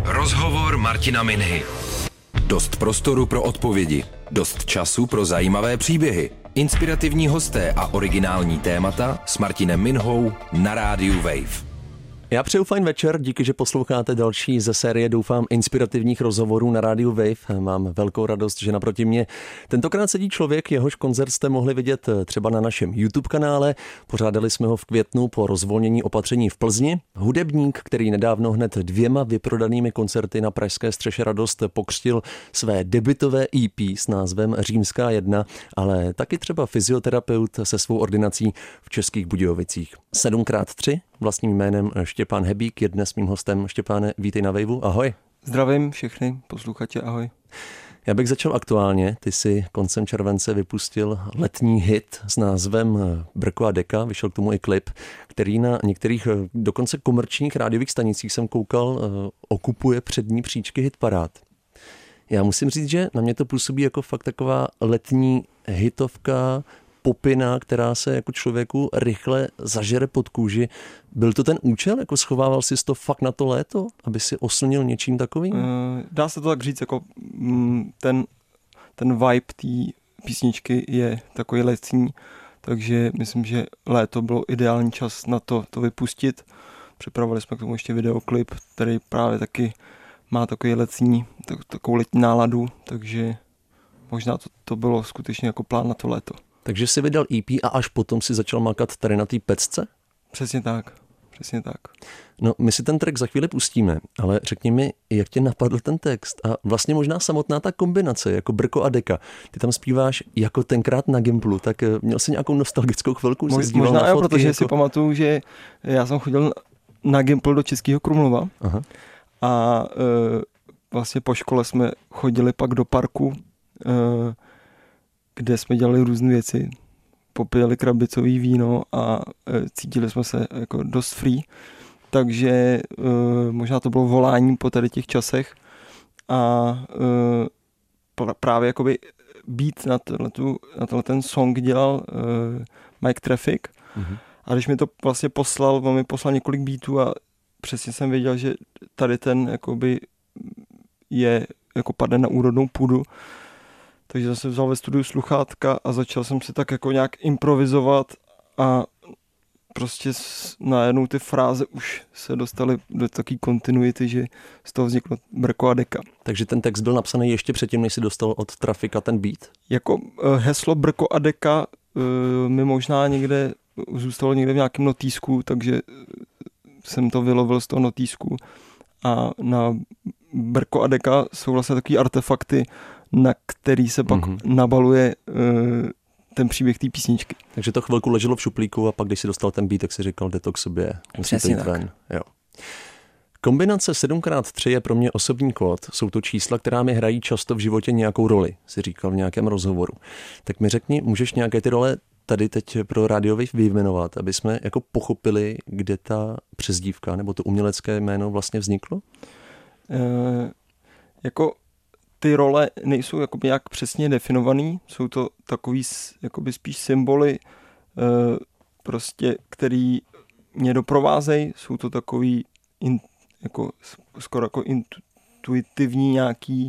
Rozhovor Martina Minhy. Dost prostoru pro odpovědi, dost času pro zajímavé příběhy, inspirativní hosté a originální témata s Martinem Minhou na rádiu Wave. Já přeju fajn večer, díky, že posloucháte další ze série, doufám, inspirativních rozhovorů na rádiu Wave. Mám velkou radost, že naproti mě tentokrát sedí člověk, jehož koncert jste mohli vidět třeba na našem YouTube kanále. Pořádali jsme ho v květnu po rozvolnění opatření v Plzni. Hudebník, který nedávno hned 2 vyprodanými koncerty na pražské Střeše Radost pokřtil své debutové EP s názvem Římská 1, ale taky třeba fyzioterapeut se svou ordinací v Českých Budějovicích. 7x3 vlastním jménem Štěpán Hebík je dnes mým hostem. Štěpáne, vítej na Waveu, ahoj. Zdravím všechny posluchače, ahoj. Já bych začal aktuálně. Ty si koncem července vypustil letní hit s názvem Brko a Deka, vyšel k tomu i klip, který na některých dokonce komerčních rádiových stanicích jsem koukal, okupuje přední příčky hitparád. Já musím říct, že na mě to působí jako fakt taková letní hitovka, popina, která se jako člověku rychle zažere pod kůži. Byl to ten účel? Jako schovával jsi to fakt na to léto, aby si oslnil něčím takovým? Dá se to tak říct, jako ten vibe té písničky je takový letní, takže myslím, že léto bylo ideální čas na to vypustit. Připravili jsme k tomu ještě videoklip, který právě taky má takový letní, takovou letní náladu, takže možná to bylo skutečně jako plán na to léto. Takže jsi vydal EP a až potom si začal makat tady na té pecce? Přesně tak. No, my si ten track za chvíli pustíme, ale řekni mi, jak tě napadl ten text a vlastně možná samotná ta kombinace, jako Brko a Deka. Ty tam zpíváš jako tenkrát na Gimplu, tak měl jsi nějakou nostalgickou chvilku? Možná jo, protože si pamatuju, že já jsem chodil na Gimpl do Českého Krumlova. Aha. A vlastně po škole jsme chodili pak do parku, kde jsme dělali různé věci. Popijeli krabicový víno a cítili jsme se jako dost free. Takže možná to bylo volání po tady těch časech a právě jakoby beat na tenhle ten song dělal Mike Traffic. Mm-hmm. A když mi to vlastně poslal, on mi poslal několik beatů a přesně jsem věděl, že tady ten jakoby je jako padne na úrodnou půdu. Takže jsem vzal ve studiu sluchátka a začal jsem si tak jako nějak improvizovat a prostě najednou ty fráze už se dostaly do takové kontinuity, že z toho vzniklo Brko a Deka. Takže ten text byl napsaný ještě předtím, než si dostal od Trafika ten beat? Jako heslo Brko a Deka mi možná někde zůstalo někde v nějakém notýsku, takže jsem to vylovil z toho notýsku a na Brko a Deka jsou vlastně takové artefakty, na který se pak nabaluje ten příběh té písničky. Takže to chvilku leželo v šuplíku a pak, když si dostal ten beat, tak si říkal, jde to k sobě, musí to jít ven. Jo. Kombinace 7x3 je pro mě osobní kód. Jsou to čísla, která mi hrají často v životě nějakou roli, si říkal v nějakém rozhovoru. Tak mi řekni, můžeš nějaké ty role tady teď pro Radio Wave vyjmenovat, aby jsme jako pochopili, kde ta přezdívka nebo to umělecké jméno vlastně vzniklo? Jako ty role nejsou jakoby nějak přesně definovaný, jsou to takový jakoby spíš symboly, prostě, který mě doprovázejí, jsou to takový jako, skoro jako intuitivní nějaký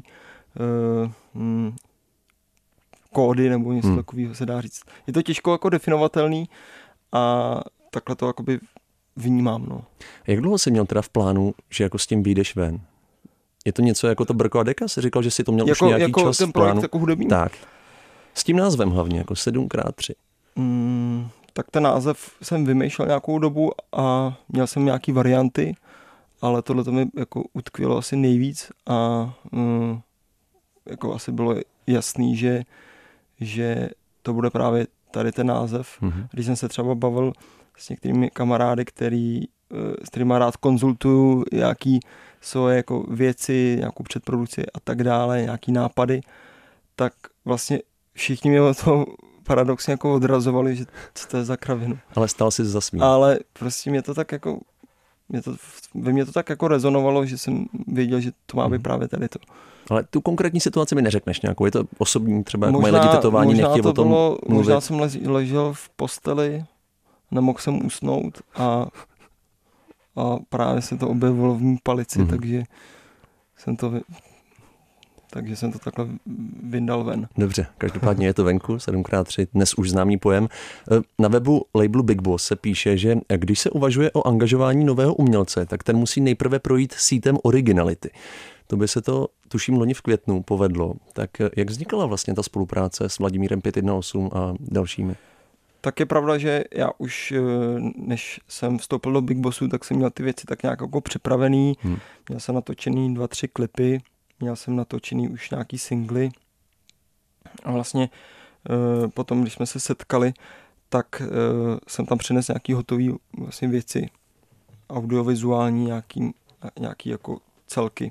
kódy nebo něco takového se dá říct. Je to těžko jako definovatelný a takhle to jakoby vnímám. No. Jak dlouho jsi měl teda v plánu, že jako s tím vyjdeš ven? Je to něco jako to Brko a Deka? Jsi říkal, že jsi to měl už nějaký jako čas ten v plánu? projekt jako hudební? Tak. S tím názvem hlavně, jako 7x3. Tak ten název jsem vymýšlel nějakou dobu a měl jsem nějaký varianty, ale tohle to mi jako utkvělo asi nejvíc a jako asi bylo jasný, že to bude právě tady ten název. Mm-hmm. Když jsem se třeba bavil s některými kamarády, s kterými rád konzultuju nějaký svoje jako věci, nějakou předprodukci a tak dále, nějaký nápady, tak vlastně všichni mě to paradoxně jako odrazovali, že co to je za kravinu. Ale stál si zasmín. Ale prostě mě to tak jako ve mně to tak jako rezonovalo, že jsem věděl, že to má být právě tady to. Ale tu konkrétní situaci mi neřekneš nějakou, je to osobní, třeba jak mají lidi tetování, nechtějí o tom mluvit. Možná jsem ležel v posteli, nemohl jsem usnout a právě se to objevilo v mý palici, takže takže jsem to takhle vyndal ven. Dobře, každopádně je to venku, 7x3, dnes už známý pojem. Na webu labelu Big Boss se píše, že když se uvažuje o angažování nového umělce, tak ten musí nejprve projít sítem originality. To by se to, tuším, loni v květnu povedlo. Tak jak vznikala vlastně ta spolupráce s Vladimírem 518 a dalšími? Tak je pravda, že já už, než jsem vstoupil do Big Bossu, tak jsem měl ty věci tak nějak jako připravený. Měl jsem natočený 2-3 klipy, měl jsem natočený už nějaký singly. A vlastně potom, když jsme se setkali, tak jsem tam přinesl nějaký hotový vlastně věci, audiovizuální, nějaký jako celky.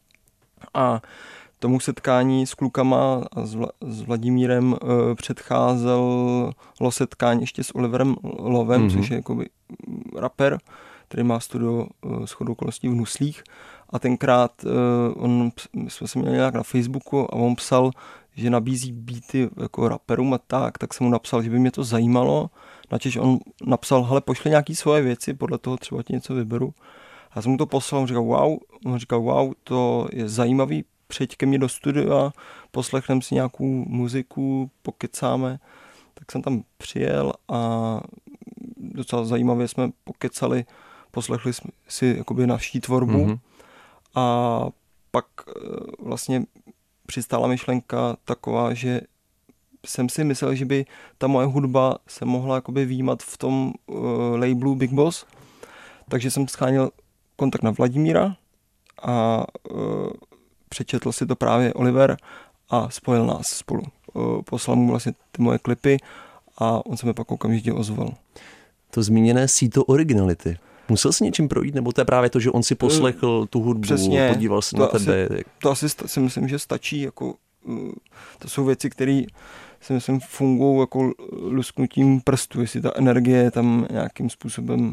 A tomu setkání s klukama a s Vladimírem předcházelo setkání ještě s Oliverem Lovem, což je jakoby rapper, který má studio shodou okolností v Nuslích. A tenkrát jsme se měli nějak na Facebooku a on psal, že nabízí beaty jako rapperům a tak jsem mu napsal, že by mě to zajímalo. Načež on napsal, hele, pošli nějaký svoje věci, podle toho třeba ti něco vyberu. A já jsem mu to poslal, on říkal, wow, to je zajímavý, přijď ke mně do studia, poslechneme si nějakou muziku, pokecáme. Tak jsem tam přijel a docela zajímavě jsme pokecali, poslechli jsme si jakoby naší tvorbu a pak vlastně přistála myšlenka taková, že jsem si myslel, že by ta moje hudba se mohla jakoby výjímat v tom labelu Big Boss, takže jsem scháněl kontakt na Vladimíra a přečetl si to právě Oliver a spojil nás spolu. Poslal mu vlastně ty moje klipy a on se mi pak okamžitě ozval. To zmíněné síto originality. Musel jsi něčím projít, nebo to je právě to, že on si poslechl tu hudbu, přesně, podíval se na tebe? To asi si myslím, že stačí. Jako, to jsou věci, které si myslím fungují jako lusknutím prstu, jestli ta energie tam nějakým způsobem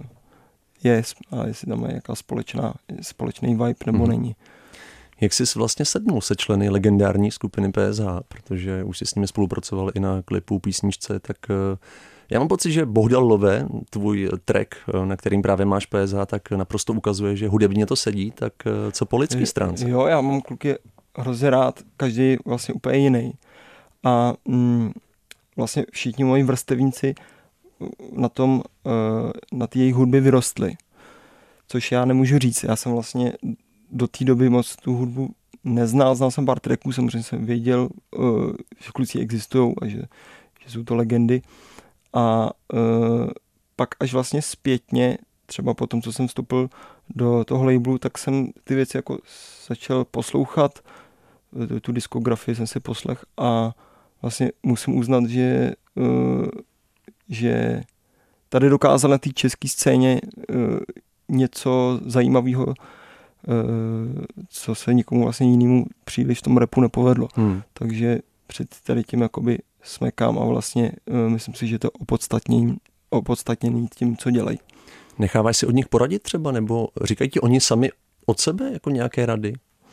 je a jestli tam je nějaká společný vibe nebo není. Jak jsi vlastně sednul se členy legendární skupiny PSH, protože už jsi s nimi spolupracoval i na klipu, písničce, tak já mám pocit, že Bohdal Love, tvůj track, na kterým právě máš PSH, tak naprosto ukazuje, že hudebně to sedí, tak co po lidský stránce? Jo, já mám kluky hrozně rád, každý vlastně úplně jiný. A vlastně všichni moji vrstevníci na té jejich hudbě vyrostli. Což já nemůžu říct. Já jsem vlastně do té doby moc tu hudbu neznal. Znal jsem pár tracků, samozřejmě jsem věděl, že kluci existují a že jsou to legendy. A pak až vlastně zpětně, třeba po tom, co jsem vstoupil do toho labelu, tak jsem ty věci jako začal poslouchat. Tu diskografii jsem si poslech a vlastně musím uznat, že tady dokázal na té české scéně něco zajímavého, co se nikomu vlastně jinému příliš v tom rapu nepovedlo. Takže před tady tím jakoby smekám a vlastně myslím si, že je to opodstatněný tím, co dělají. Necháváš si od nich poradit třeba, nebo říkají ti oni sami od sebe jako nějaké rady?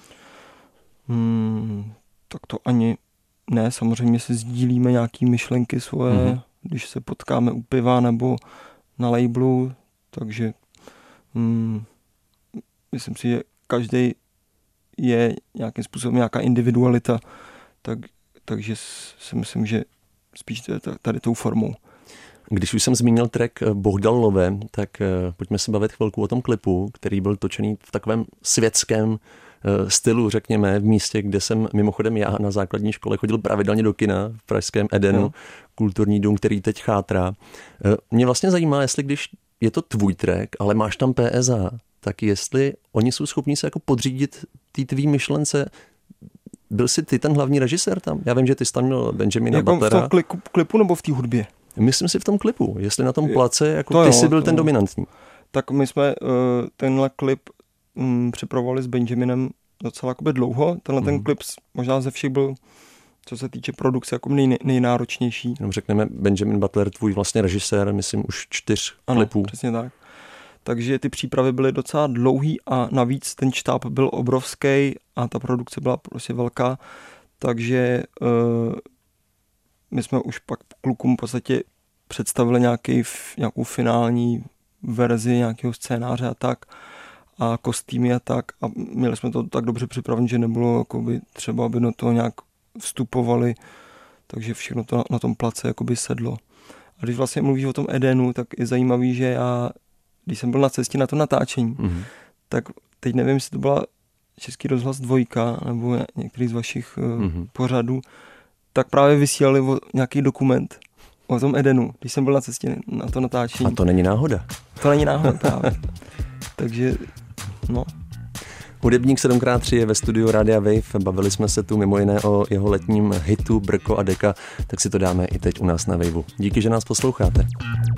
Tak to ani ne, samozřejmě si sdílíme nějaké myšlenky svoje, když se potkáme u piva nebo na labelu, takže myslím si, že každý je nějakým způsobem nějaká individualita, takže si myslím, že spíš tady tou formou. Když už jsem zmínil track Bohdal Love, tak pojďme se bavit chvilku o tom klipu, který byl točený v takovém světském stylu, řekněme, v místě, kde jsem mimochodem já na základní škole chodil pravidelně do kina v pražském Edenu, kulturní dům, který teď chátrá. Mě vlastně zajímá, jestli když je to tvůj track, ale máš tam PSH, tak jestli oni jsou schopni se jako podřídit té tvý myšlence. Byl jsi ty ten hlavní režisér tam? Já vím, že ty jsi tam měl Benjamina Butlera. V tom klipu nebo v té hudbě? Myslím si v tom klipu, jestli na tom place, jako ty jsi byl ten dominantní. Tak my jsme tenhle klip připravovali s Benjaminem docela jakoby dlouho. Ten klip možná ze všech byl, co se týče produkce, jako nejnáročnější. Jenom řekneme, Benjamin Butler, tvůj vlastně režisér, myslím už 4 klipů. Ano, přesně tak. Takže ty přípravy byly docela dlouhý a navíc ten štáb byl obrovský a ta produkce byla prostě velká. Takže my jsme už pak klukům v podstatě představili nějakou finální verzi nějakého scénáře a tak. a kostýmy a tak. A měli jsme to tak dobře připravené, že nebylo jakoby, třeba, aby do toho nějak vstupovali, takže všechno to na tom place jakoby sedlo. A když vlastně mluvíš o tom Edenu, tak je zajímavý, že já, když jsem byl na cestě na to natáčení, tak teď nevím, jestli to byla Český rozhlas 2 nebo některý z vašich pořadů, tak právě vysílali nějaký dokument o tom Edenu, když jsem byl na cestě na to natáčení. A to není náhoda. To není náhoda právě. Takže, no. Hudebník 7x3 je ve studiu Rádia Wave. Bavili jsme se tu mimo jiné o jeho letním hitu Brko a Deka, tak si to dáme i teď u nás na Waveu. Díky, že nás posloucháte.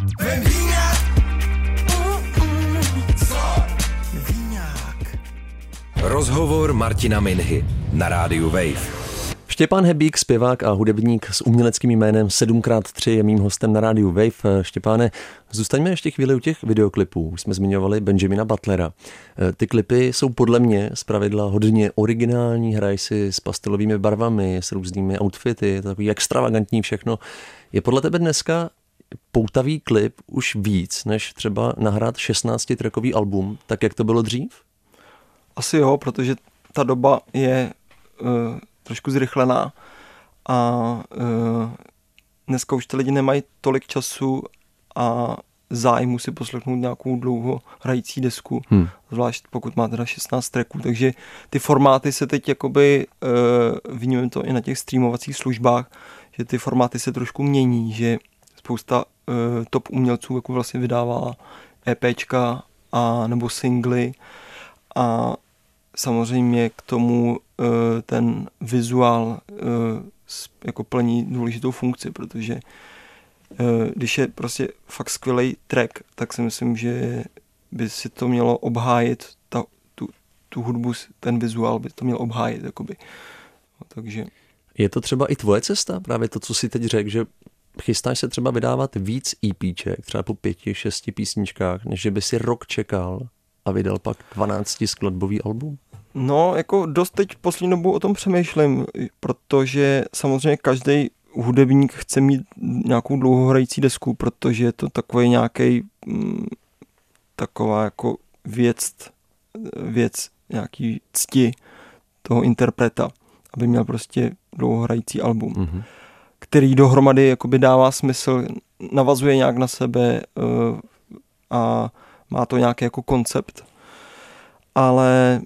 Rozhovor Martina Minhy na rádiu Wave. Štěpán Hebík, zpěvák a hudebník s uměleckým jménem 7x3 je mým hostem na rádiu Wave. Štěpáne, zůstaňme ještě chvíli u těch videoklipů. Už jsme zmiňovali Benjamina Butlera. Ty klipy jsou podle mě zpravidla hodně originální, hrají si s pastelovými barvami, s různými outfity, takový extravagantní všechno. Je podle tebe dneska poutavý klip už víc, než třeba nahrát 16trackový album, tak jak to bylo dřív? Asi jo, protože ta doba je trošku zrychlená a dneska už ty lidi nemají tolik času a zájmu si poslechnout nějakou dlouho hrající desku, zvlášť pokud má teda 16 tracků, takže ty formáty se teď jakoby, vidíme to i na těch streamovacích službách, že ty formáty se trošku mění, že spousta top umělců jako vlastně vydává EPčka a nebo singly a samozřejmě k tomu ten vizuál jako plní důležitou funkci, protože když je prostě fakt skvělý track, tak si myslím, že by si to mělo obhájit, tu hudbu, ten vizuál by to měl obhájit. Jakoby. No, takže. Je to třeba i tvoje cesta? Právě to, co si teď řekl, že chystáš se třeba vydávat víc EPček, třeba po 5-6 písničkách, než že by si rok čekal a vydal pak 12skladbový album? No, jako dost teď poslední dobu o tom přemýšlím, protože samozřejmě každý hudebník chce mít nějakou dlouhohrající desku, protože je to takový nějaký taková jako věc nějaký cti toho interpreta, aby měl prostě dlouhohrající album, který dohromady jakoby dává smysl, navazuje nějak na sebe a má to nějaký jako koncept. Ale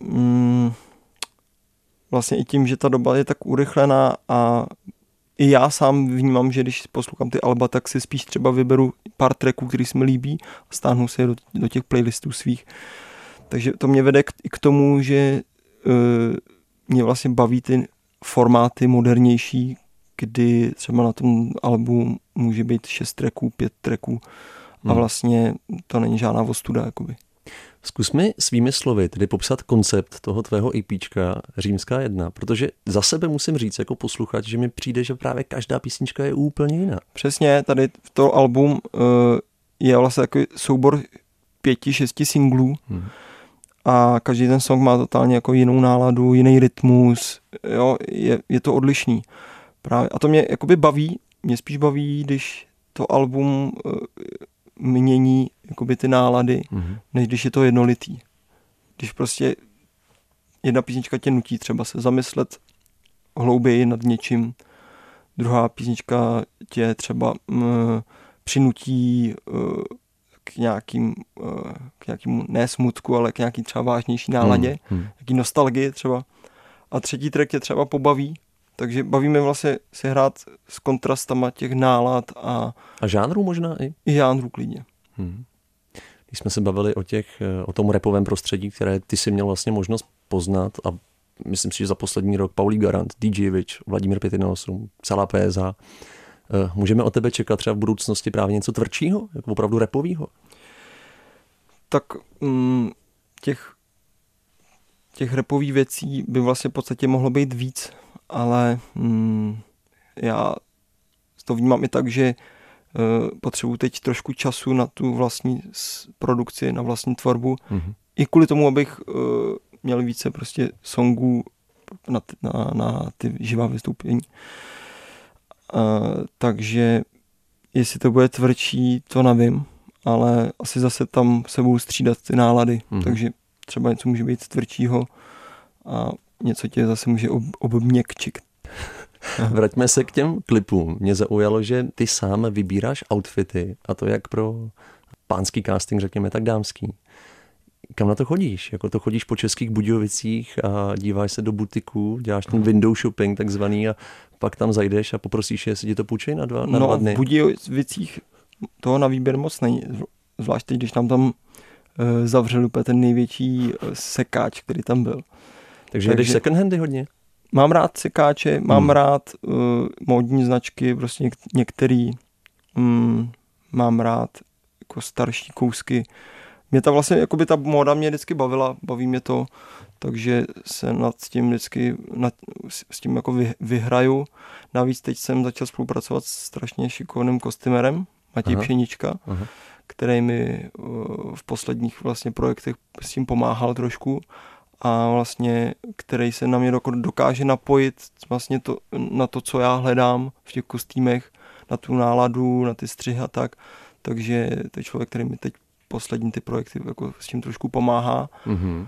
vlastně i tím, že ta doba je tak urychlená a i já sám vnímám, že když poslouchám ty alba, tak si spíš třeba vyberu pár tracků, který se mi líbí a stáhnu si je do těch playlistů svých. Takže to mě vede k tomu, že mě vlastně baví ty formáty modernější, kdy třeba na tom albu může být 6 tracků, 5 tracků a vlastně to není žádná ostuda, jakoby. Zkus mi svými slovy tedy popsat koncept toho tvého EPčka Římská 1, protože za sebe musím říct jako posluchač, že mi přijde, že právě každá písnička je úplně jiná. Přesně, tady to album je vlastně takový soubor 5-6 singlů a každý ten song má totálně jako jinou náladu, jiný rytmus, jo, je to odlišný. Právě. A to mě jakoby baví, mě spíš baví, když to album mění jakoby ty nálady, než když je to jednolitý. Když prostě jedna písnička tě nutí třeba se zamyslet hlouběji nad něčím, druhá písnička tě třeba přinutí k nějakému ne smutku, ale k nějaký třeba vážnější náladě, nějaký nostalgii třeba. A třetí track tě třeba pobaví, takže bavíme vlastně si hrát s kontrastama těch nálad a žánrů možná i? I žánrů klidně. Když jsme se bavili o tom rapovém prostředí, které ty si měl vlastně možnost poznat a myslím si, že za poslední rok Paulí Garant, DJ Witch, Vladimír 518, celá PSH. Můžeme od tebe čekat třeba v budoucnosti právě něco tvrdšího, jako opravdu rapovýho? Tak těch rapových věcí by vlastně v podstatě mohlo být víc, ale já to vnímám i tak, že potřebuji teď trošku času na tu vlastní produkci, na vlastní tvorbu. I kvůli tomu, abych měl více prostě songů na ty živá vystoupení. Takže jestli to bude tvrdší, to nevím, ale asi zase tam se budou střídat ty nálady, takže třeba něco může být tvrdšího a něco tě zase může obměkčit. Vraťme se k těm klipům. Mě zaujalo, že ty sám vybíráš outfity, a to jak pro pánský casting, řekněme, tak dámský. Kam na to chodíš? Jako to chodíš po Českých Budějovicích a díváš se do butiků, děláš ten window shopping takzvaný a pak tam zajdeš a poprosíš, jestli ti to půjčej na dva dny? No v Budějovicích toho na výběr moc není. Zvlášť teď, když nám tam zavřel úplně ten největší sekáč, který tam byl. Takže jdeš second handy hodně? Mám rád sekáče, mám rád módní značky, prostě některý. Mám rád jako starší kousky. Mě ta vlastně, jakoby ta móda mě vždycky bavila, baví mě to, takže se nad tím vždycky s tím jako vyhraju. Navíc teď jsem začal spolupracovat s strašně šikovným kostymérem, Matěj Pšenička, který mi v posledních vlastně projektech s tím pomáhal trošku a vlastně, který se na mě dokáže napojit vlastně na to, co já hledám v těch kostýmech, na tu náladu, na ty střihy a tak. Takže to je člověk, který mi teď poslední ty projekty jako s tím trošku pomáhá. Mm-hmm.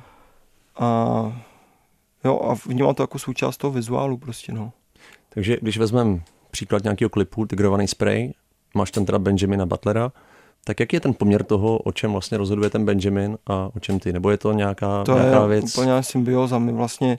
A vnímám to jako součást toho vizuálu prostě, no. Takže když vezmeme příklad nějakého klipu, Tigrovaný spray, máš tam teda Benjamina Butlera, tak jaký je ten poměr toho, o čem vlastně rozhoduje ten Benjamin a o čem ty? Nebo je to nějaká věc? To je úplně symbioza. My vlastně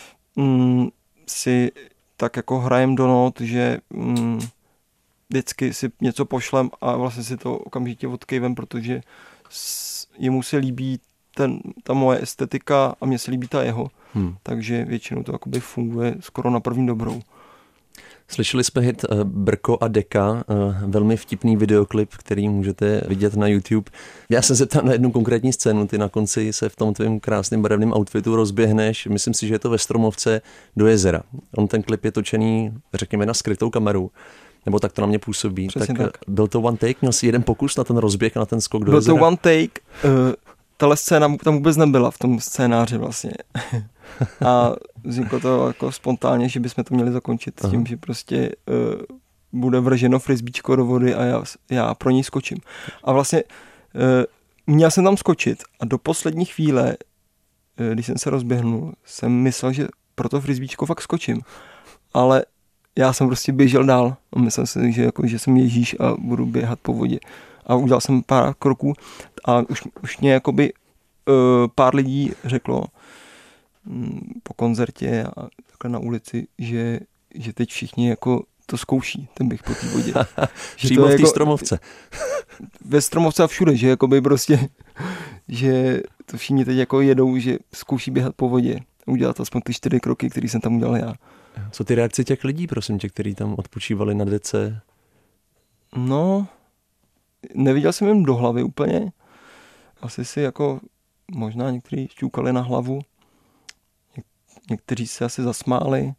si tak jako hrajem do not, že vždycky si něco pošlem a vlastně si to okamžitě odkejvem, protože jemu se líbí ta moje estetika a mně se líbí ta jeho. Takže většinou to jakoby funguje skoro na první dobrou. Slyšeli jsme hit Brko a Deka, velmi vtipný videoklip, který můžete vidět na YouTube. Já jsem se tam na jednu konkrétní scénu, ty na konci se v tom tvém krásným barevném outfitu rozběhneš, myslím si, že je to ve Stromovce, do jezera. Ten klip je točený, řekněme, na skrytou kameru, nebo tak to na mě působí. Tak byl to one take, měl jsi jeden pokus na ten rozběh a na ten skok do jezera? Byl to one take, tahle scéna tam vůbec nebyla v tom scénáři vlastně. A vzniklo to jako spontánně, že bychom to měli zakončit s tím, že prostě bude vrženo frisbíčko do vody a já pro něj skočím. A vlastně měl jsem tam skočit a do poslední chvíle, když jsem se rozběhnul, jsem myslel, že pro to frisbíčko fakt skočím. Ale já jsem prostě běžel dál a myslel jsem, že jsem Ježíš a budu běhat po vodě. A udělal jsem pár kroků a už mě jakoby pár lidí řeklo po koncertě a takhle na ulici, že teď všichni jako to zkouší, ten běh po té vodě. Přímo v té Stromovce. Ve Stromovce a všude, že jakoby prostě, že to všichni teď jako jedou, že zkouší běhat po vodě. Udělat aspoň ty 4 kroky, které jsem tam udělal já. Co ty reakce těch lidí, prosím tě, kteří tam odpočívali na dece? No, neviděl jsem jim do hlavy úplně. Asi si jako možná někteří šťoukali na hlavu. Někteří se asi zasmáli.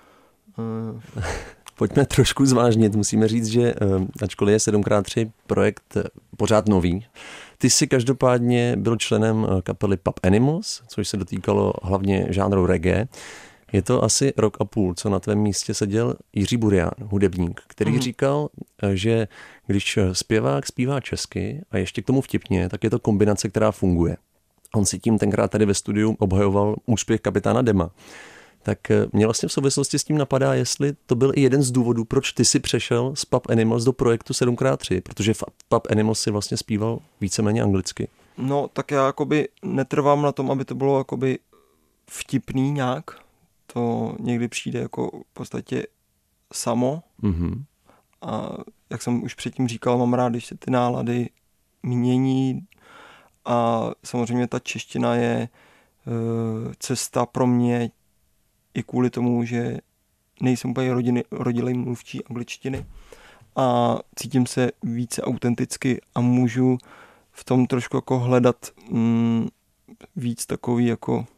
Pojďme trošku zvážnit. Musíme říct, že ačkoliv je 7x3 projekt pořád nový, ty jsi každopádně byl členem kapely Pub Animals, což se dotýkalo hlavně žánru reggae. Je to asi rok a půl, co na tvém místě seděl Jiří Burian, hudebník, který říkal, že když zpěvák zpívá česky a ještě k tomu vtipně, tak je to kombinace, která funguje. On si tím tenkrát tady ve studiu obhajoval úspěch Kapitána Dema. Tak mě vlastně v souvislosti s tím napadá, jestli to byl i jeden z důvodů, proč ty si přešel z Pub Animals do projektu 7x3, protože v Pub Animals si vlastně zpíval víceméně anglicky. No, tak já jakoby netrvám na tom, aby to bylo jakoby vtipný nějak. To někdy přijde jako v podstatě samo. Mm-hmm. A jak jsem už předtím říkal, mám rád, když se ty nálady mění a samozřejmě ta čeština je cesta pro mě i kvůli tomu, že nejsem úplně rodilý mluvčí angličtiny a cítím se více autenticky a můžu v tom trošku jako hledat víc takový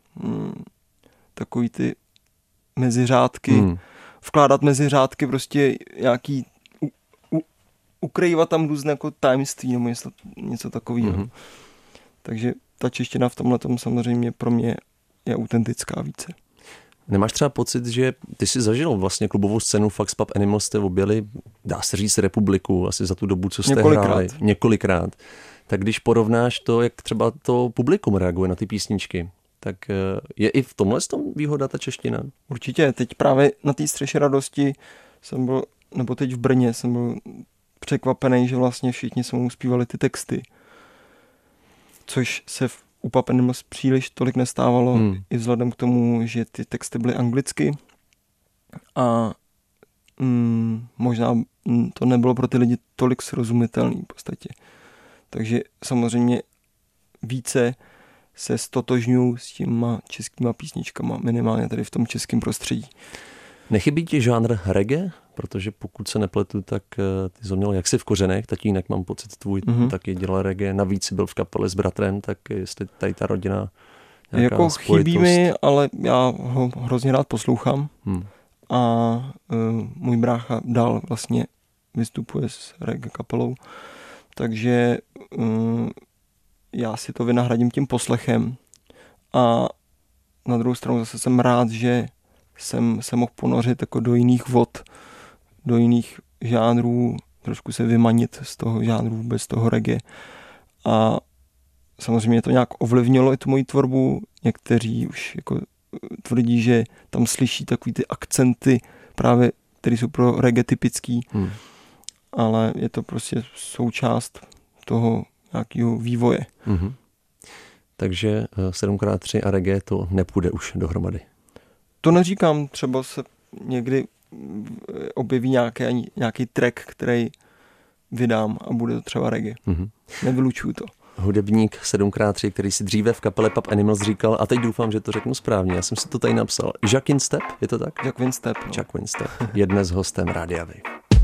ty meziřádky, vkládat mezi řádky prostě nějaký ukrývat tam různé jako tajemství nebo něco takového. Mm-hmm. Takže ta čeština v tomhletom samozřejmě pro mě je autentická více. Nemáš třeba pocit, že ty jsi zažil vlastně klubovou scénu Fax Pub Animals, jste objeli, dá se říct, republiku asi za tu dobu, co jste hráli. Několikrát. Tak když porovnáš to, jak třeba to publikum reaguje na ty písničky, tak je i v tomhle tom výhoda ta čeština? Určitě. Teď právě na té Střeše radosti jsem byl, nebo teď v Brně jsem byl překvapený, že vlastně všichni se mu zpívali ty texty. Což se u Pub Animals příliš tolik nestávalo, i vzhledem k tomu, že ty texty byly anglicky a možná to nebylo pro ty lidi tolik srozumitelný v podstatě. Takže samozřejmě více se stotožňují s těma českýma písničkama, minimálně tady v tom českém prostředí. Nechybí ti žánr reggae? Protože pokud se nepletu, tak ty jsi měl jaksi v kořenech, tatínek, mám pocit, tvůj taky dělal reggae, navíc byl v kapele s bratrem, tak jestli tady ta rodina nějaká jako spojitost. Chybí mi, ale já ho hrozně rád poslouchám a můj brácha dál vlastně vystupuje s reggae kapelou, takže já si to vynahradím tím poslechem a na druhou stranu zase jsem rád, že jsem se mohl ponořit jako do jiných vod, do jiných žánrů, trošku se vymanit z toho žánru bez toho reggae. A samozřejmě to nějak ovlivnilo i tu moji tvorbu. Někteří už jako tvrdí, že tam slyší takový ty akcenty právě, které jsou pro reggae typický, ale je to prostě součást toho nějakého vývoje. Takže 7x3 a reggae to nepůjde už dohromady. To neříkám, třeba se někdy objeví nějaký track, který vydám a bude to třeba reggae. Nevylučuju to. Hudebník 7x3, který si dříve v kapele Pub Animals říkal, a teď doufám, že to řeknu správně, já jsem si to tady napsal. Jacques Winstep, je to tak? Jacques Winstep. No. Jacques Winstep je dnes hostem Rádia Wave.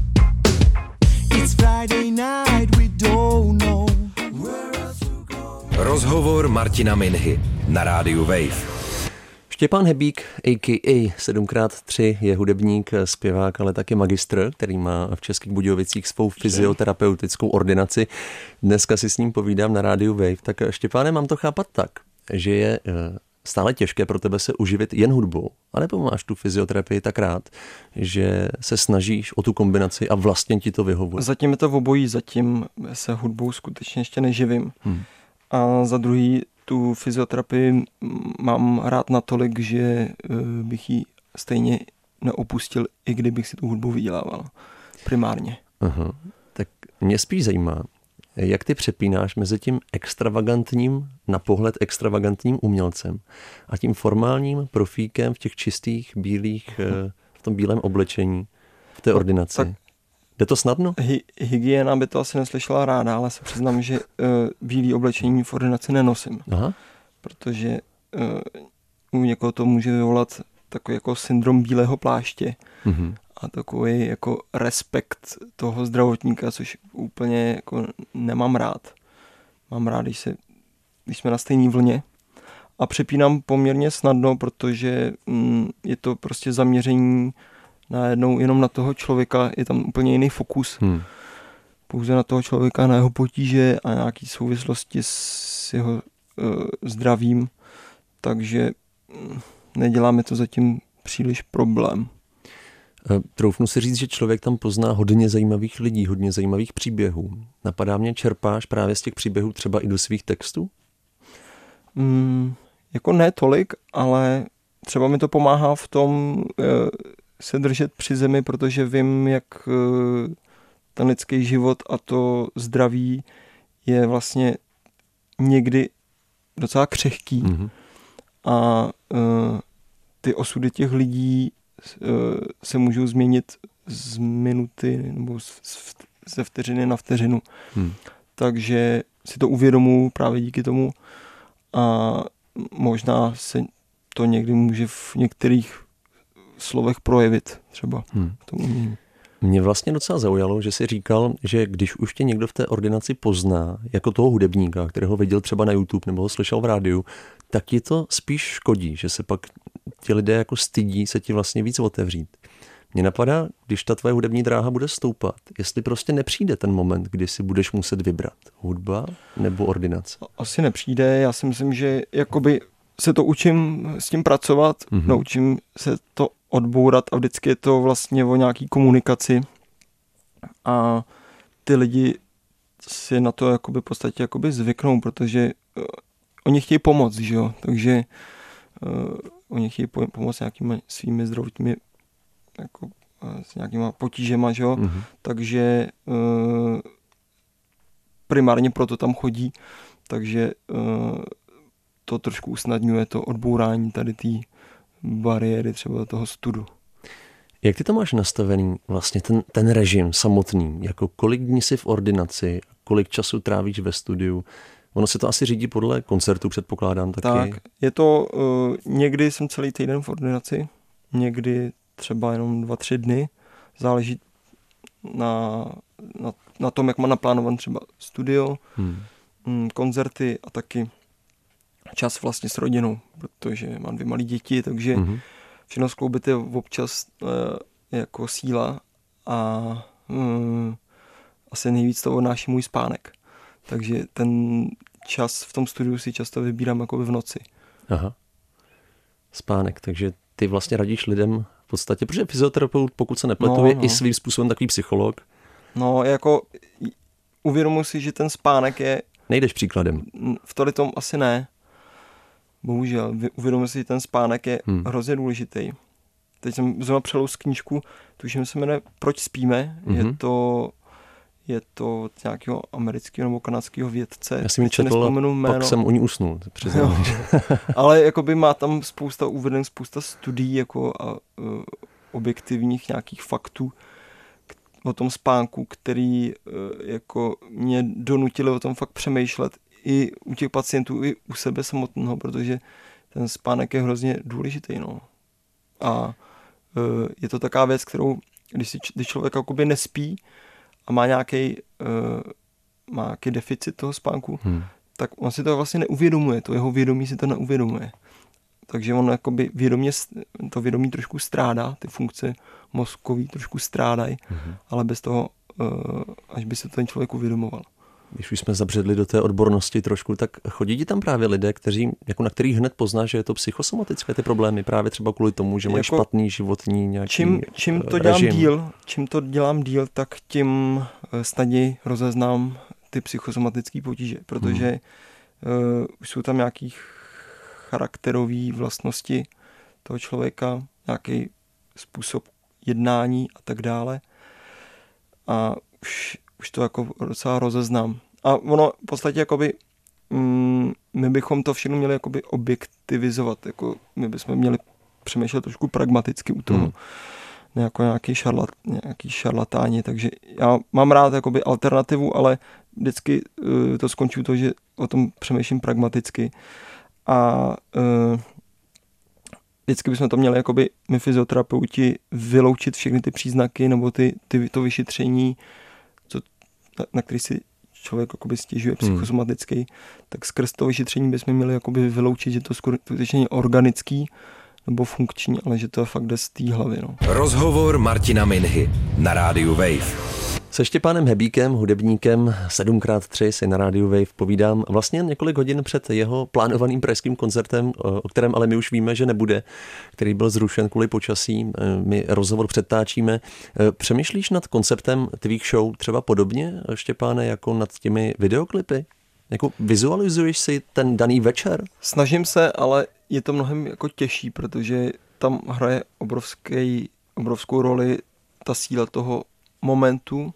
Rozhovor Martina Minhy na Rádiu Wave. Štěpán Hebík, a.k.a. 7x3, je hudebník, zpěvák, ale taky magistr, který má v Českých Budějovicích svou fyzioterapeutickou ordinaci. Dneska si s ním povídám na Rádiu Wave. Tak Štěpáne, mám to chápat tak, že je stále těžké pro tebe se uživit jen hudbou, anebo máš tu fyzioterapii tak rád, že se snažíš o tu kombinaci a vlastně ti to vyhovuje? Zatím je to v obojí, zatím se hudbou skutečně ještě neživím. A za druhý tu fyzioterapii mám rád natolik, že bych ji stejně neopustil, i kdybych si tu hudbu vydělával. Primárně. Aha. Tak mě spíš zajímá, jak ty přepínáš mezi tím extravagantním, na pohled extravagantním umělcem a tím formálním profíkem v těch čistých, bílých, v tom bílém oblečení, v té ordinaci. Tak jde to snadno? Hygiena by to asi neslyšela ráda, ale se přiznám, že bílý oblečení v ordinaci nenosím. Aha. Protože u někoho to může vyvolat takový jako syndrom bílého pláště a takový jako respekt toho zdravotníka, což úplně jako nemám rád. Mám rád, když jsme na stejné vlně a přepínám poměrně snadno, protože je to prostě zaměření najednou jenom na toho člověka, je tam úplně jiný fokus. Pouze na toho člověka, na jeho potíže a nějaké souvislosti s jeho zdravím. Takže neděláme to zatím příliš problém. Troufnu si říct, že člověk tam pozná hodně zajímavých lidí, hodně zajímavých příběhů. Napadá mě, čerpáš právě z těch příběhů třeba i do svých textů? Jako ne tolik, ale třeba mi to pomáhá v tom se držet při zemi, protože vím, jak ten lidský život a to zdraví je vlastně někdy docela křehký. A ty osudy těch lidí se můžou změnit z minuty nebo ze vteřiny na vteřinu. Takže si to uvědomuji právě díky tomu a možná se to někdy může v některých slovech projevit třeba. Mě vlastně docela zaujalo, že jsi říkal, že když už tě někdo v té ordinaci pozná jako toho hudebníka, kterého viděl třeba na YouTube nebo ho slyšel v rádiu, tak ti to spíš škodí, že se pak ti lidé jako stydí se ti vlastně víc otevřít. Mně napadá, když ta tvoje hudební dráha bude stoupat, jestli prostě nepřijde ten moment, kdy si budeš muset vybrat hudba nebo ordinace. Asi nepřijde, já si myslím, že jakoby se to učím s tím pracovat, naučím se to odbourat a vždycky je to vlastně o nějaký komunikaci a ty lidi si na to jakoby v podstatě jakoby zvyknou, protože oni chtějí pomoct, že jo, takže oni chtějí pomoct nějakými svými zdravotními jako s nějakýma potížema, že jo, takže primárně proto tam chodí, takže to trošku usnadňuje to odbourání tady té bariéry třeba toho studu. Jak ty to máš nastavený vlastně ten režim samotný? Jako kolik dní jsi v ordinaci, kolik času trávíš ve studiu? Ono se to asi řídí podle koncertu, předpokládám taky. Tak, je to, někdy jsem celý týden v ordinaci, někdy třeba jenom 2-3 dny. Záleží na tom, jak mám naplánovan třeba studio, koncerty a taky čas vlastně s rodinou, protože mám 2 malé děti, takže všechno skloubit je občas jako síla a asi nejvíc to odnáší můj spánek. Takže ten čas v tom studiu si často vybírám jakoby v noci. Aha. Spánek, takže ty vlastně radíš lidem v podstatě, protože fyzioterapeut, pokud se nepletu, je i svým způsobem takový psycholog. No, jako uvědomuji si, že ten spánek je... Nejdeš příkladem. V tom asi ne. Bohužel. Uvědomuji si, že ten spánek je hrozně důležitý. Teď jsem zrovna přelouz knížku, tuším se jmenuje Proč spíme. Je to nějakého amerického nebo kanadského vědce. Já jsem ji četl, pak jsem u ní usnul. Ale jakoby má tam spousta studií jako a objektivních nějakých faktů o tom spánku, který jako mě donutili o tom fakt přemýšlet i u těch pacientů, i u sebe samotného, protože ten spánek je hrozně důležitý. No. A je to taková věc, kterou, když člověk jakoby nespí a má nějaký deficit toho spánku, tak on si to vlastně neuvědomuje, to jeho vědomí si to neuvědomuje. Takže on jakoby vědomí trošku strádá, ty funkce mozkový trošku strádají, ale bez toho, až by se to ten člověk uvědomoval. Když už jsme zabředli do té odbornosti trošku, tak chodí ti tam právě lidé, na kterých hned poznáš, že je to psychosomatické ty problémy, právě třeba kvůli tomu, že mají špatný životní nějaký Čím to dělám díl, tak tím snadněji rozeznám ty psychosomatické potíže, protože už jsou tam nějaký charakterové vlastnosti toho člověka, nějaký způsob jednání a tak dále. A už to jako docela rozeznám. A ono v podstatě jakoby my bychom to všechno měli jakoby objektivizovat. Jako my bychom měli přemýšlet trošku pragmaticky u toho. Jako nějaký šarlatáni. Takže já mám rád jakoby alternativu, ale vždycky to skončí to, že o tom přemýšlím pragmaticky. A vždycky bychom to měli jakoby my fyzioterapeuti vyloučit všechny ty příznaky nebo to vyšetření, na který si člověk jakoby stěžuje psychosomatický, tak skrz to vyšetření bychom měli jakoby vyloučit, že to skutečně je organický nebo funkční, ale že to fakt jde z té hlavy. No. Rozhovor Martina Minhy na rádiu Wave. Se Štěpánem Hebíkem, hudebníkem 7x3 si na rádiu Wave povídám vlastně několik hodin před jeho plánovaným pražským koncertem, o kterém ale my už víme, že nebude, který byl zrušen kvůli počasí. My rozhovor předtáčíme. Přemýšlíš nad konceptem tvých show třeba podobně, Štěpáne, jako nad těmi videoklipy? Jako vizualizuješ si ten daný večer? Snažím se, ale je to mnohem jako těžší, protože tam hraje obrovskou roli ta síla toho momentu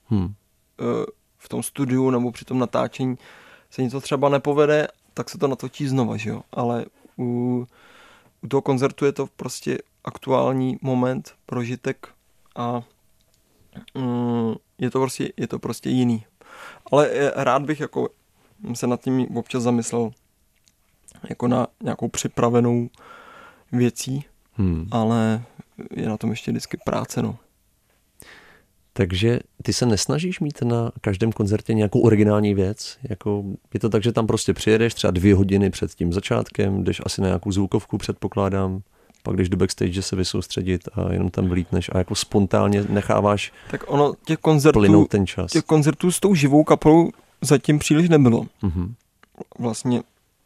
v tom studiu nebo při tom natáčení se něco třeba nepovede, tak se to natočí znova, že jo? Ale u toho koncertu je to prostě aktuální moment, prožitek a je to prostě jiný. Ale rád bych jako se nad tím občas zamyslel jako na nějakou připravenou věcí, ale je na tom ještě vždycky práce, no. Takže ty se nesnažíš mít na každém koncertě nějakou originální věc? Jako je to tak, že tam prostě přijedeš třeba 2 hodiny před tím začátkem, jdeš asi na nějakou zvukovku, předpokládám, pak jdeš do backstage se vysoustředit a jenom tam vlítneš a jako spontánně necháváš tak ono plynout ten čas. Těch koncertů s tou živou kapelou zatím příliš nebylo. Vlastně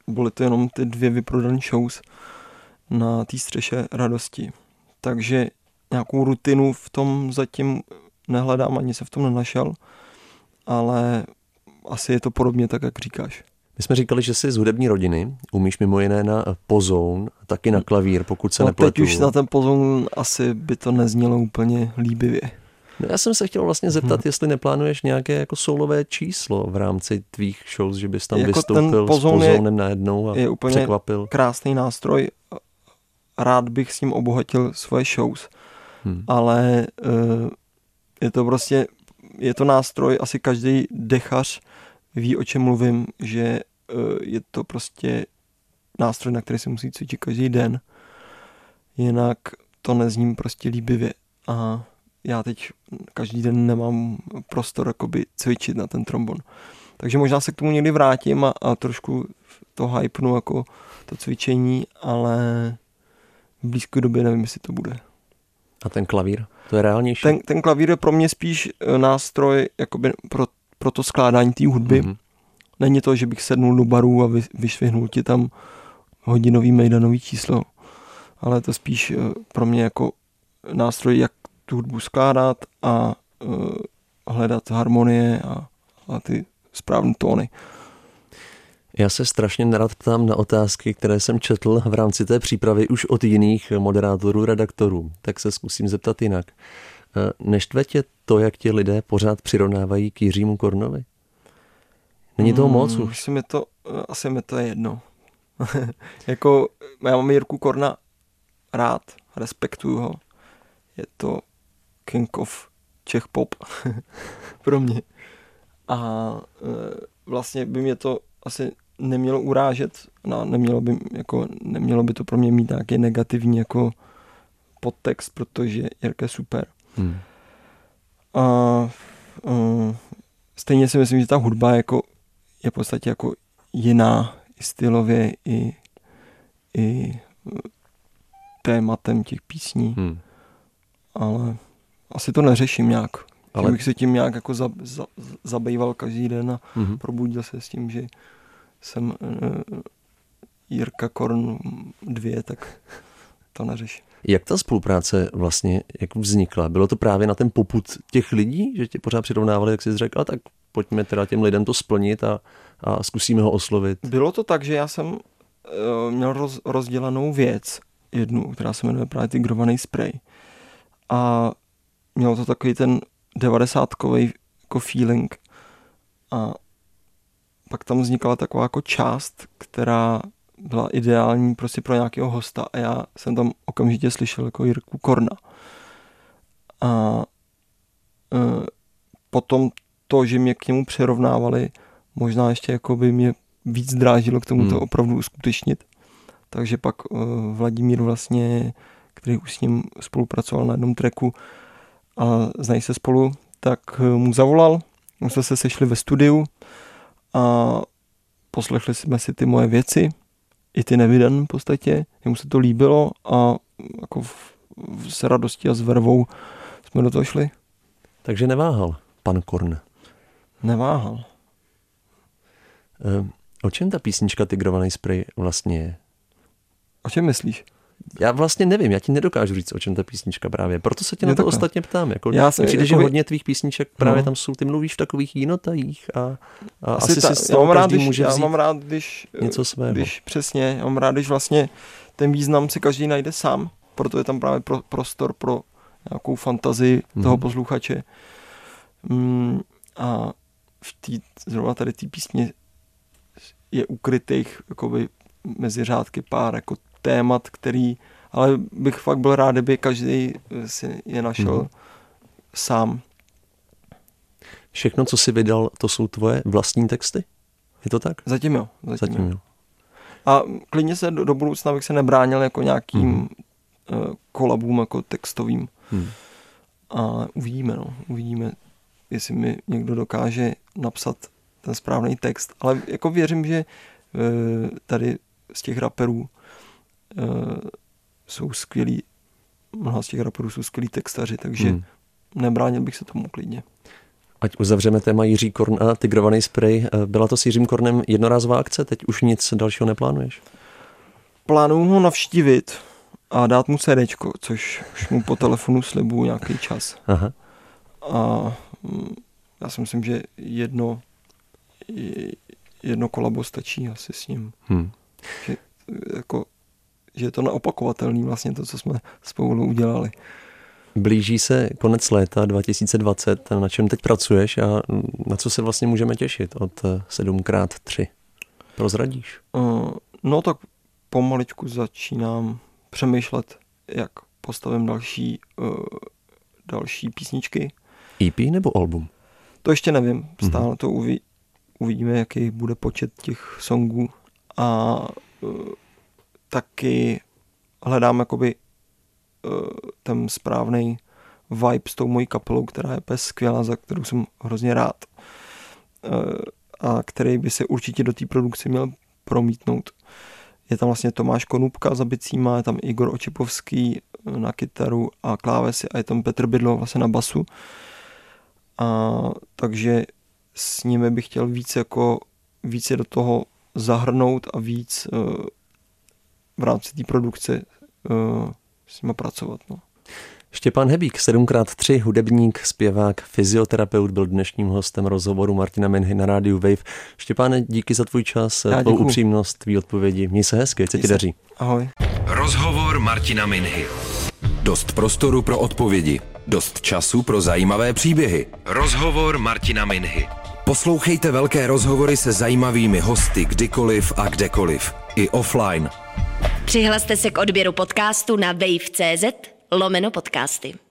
byly to jenom ty 2 vyprodané shows na té střeše Radosti. Takže nějakou rutinu v tom zatím nehledám, ani se v tom nenašel, ale asi je to podobně tak, jak říkáš. My jsme říkali, že jsi z hudební rodiny, umíš mimo jiné na pozoun, taky na klavír, pokud se nepletu. Teď už na ten pozoun asi by to neznělo úplně líbivě. No já jsem se chtěl vlastně zeptat, jestli neplánuješ nějaké jako soulové číslo v rámci tvých shows, že bys tam jako vystoupil s pozounem najednou a je úplně překvapil. Krásný nástroj, rád bych s ním obohatil svoje shows, ale je to prostě, je to nástroj, asi každý dechař ví, o čem mluvím, že je to prostě nástroj, na který se musí cvičit každý den, jinak to nezním prostě líbivě a já teď každý den nemám prostor jakoby cvičit na ten trombon. Takže možná se k tomu někdy vrátím a trošku to hypnu jako to cvičení, ale v blízké době nevím, jestli to bude. A ten klavír? To je reálnější? Ten klavír je pro mě spíš nástroj jakoby pro to skládání té hudby. Mm-hmm. Není to, že bych sednul do baru a vyšvihnul ti tam hodinový mejdanový číslo, ale je to spíš pro mě jako nástroj, jak tu hudbu skládat a hledat harmonie a ty správné tóny. Já se strašně nerad ptám na otázky, které jsem četl v rámci té přípravy už od jiných moderátorů, redaktorů. Tak se zkusím zeptat jinak. Neštve tě to, jak ti lidé pořád přirovnávají k Jiřímu Kornovi? Není toho moc už? Asi mi to je jedno. Jako, já mám Jirku Korna rád, respektuju ho. Je to King of Czech pop pro mě. A vlastně by mě to asi nemělo urážet, nemělo by to pro mě mít nějaký negativní jako podtext, protože Jirka je super. A stejně si myslím, že ta hudba jako je v podstatě jako jiná i stylově, i tématem těch písní. Ale asi to neřeším nějak. Ale bych se tím nějak jako zabýval každý den a probudil se s tím, že jsem Jirka Korn 2, tak to neřeším. Jak ta spolupráce vlastně jak vznikla? Bylo to právě na ten popud těch lidí, že tě pořád přirovnávali, jak jsi řekl, tak pojďme teda těm lidem to splnit a zkusíme ho oslovit? Bylo to tak, že já jsem měl rozdělanou věc, jednu, která se jmenuje právě Tigrovaný spray. A mělo to takový ten 90kový jako feeling. A pak tam vznikala taková jako část, která byla ideální prostě pro nějakého hosta a já jsem tam okamžitě slyšel jako Jirku Korna. A potom to, že mě k němu přirovnávali, možná ještě jako by mě víc drážilo k tomu to opravdu uskutečnit. Takže pak Vladimír vlastně, který už s ním spolupracoval na jednom tracku a znají se spolu, tak mu zavolal, my jsme se sešli ve studiu a poslechli jsme si ty moje věci, i ty Nevydan v podstatě, jemu se to líbilo a jako s radostí a s vervou jsme do toho šli. Takže neváhal pan Korn? Neváhal. O čem ta písnička Tigrovaný spray vlastně je? O čem myslíš? Já vlastně nevím, já ti nedokážu říct, o čem ta písnička právě. Proto se tě na to ostatně ptám. Přijde, že hodně tvých písniček právě tam jsou, ty mluvíš v takových jinotajích a asi si z toho každý může vzít já mám rád, když něco svého. Přesně, já mám rád, když vlastně ten význam si každý najde sám, proto je tam právě prostor pro nějakou fantazii toho posluchače. A zrovna tady té písně je ukrytých jakoby mezi řádky pár jako témat, který, ale bych fakt byl rád, kdyby každý si je našel sám. Všechno, co jsi vydal, to jsou tvoje vlastní texty? Je to tak? Zatím jo. A klidně se do budoucna bych se nebránil jako nějakým kolabům jako textovým. A uvidíme, jestli mi někdo dokáže napsat ten správný text. Ale jako věřím, že tady z těch raperů jsou skvělí, mnoha z těch raperů jsou skvělí textaři, takže nebránil bych se tomu klidně. Ať uzavřeme téma Jiří Korn a Tigrovaný sprej. Byla to s Jiřím Kornem jednorázová akce, teď už nic dalšího neplánuješ? Plánuju ho navštívit a dát mu CDčko, což už mu po telefonu slibuju nějaký čas. Aha. A já si myslím, že jedno kolabo stačí asi s ním. Že je to neopakovatelný vlastně to, co jsme spolu udělali. Blíží se konec léta 2020, na čem teď pracuješ a na co se vlastně můžeme těšit od 7x3? Prozradíš? No tak pomaličku začínám přemýšlet, jak postavím další písničky. EP nebo album? To ještě nevím, stále to uvidíme, jaký bude počet těch songů a taky hledám jakoby ten správný vibe s tou mojí kapelou, která je úplně skvělá, za kterou jsem hrozně rád a který by se určitě do té produkce měl promítnout. Je tam vlastně Tomáš Konupka za bicíma, je tam Igor Očipovský na kytaru a klávesy a je tam Petr Bydlo vlastně na basu. A takže s nimi bych chtěl víc je do toho zahrnout a víc v rámci té produkce s nimi pracovat. No. Štěpán Hebík, 7x3, hudebník, zpěvák, fyzioterapeut, byl dnešním hostem rozhovoru Martina Minhy na rádiu Wave. Štěpáne, díky za tvůj čas, tvou upřímnost, tvý odpovědi. Měj se hezky, co ti daří. Ahoj. Rozhovor Martina Minhy. Dost prostoru pro odpovědi, dost času pro zajímavé příběhy. Rozhovor Martina Minhy. Poslouchejte velké rozhovory se zajímavými hosty kdykoliv a kdekoliv. I offline. Přihlaste se k odběru podcastu na wave.cz/podcasty.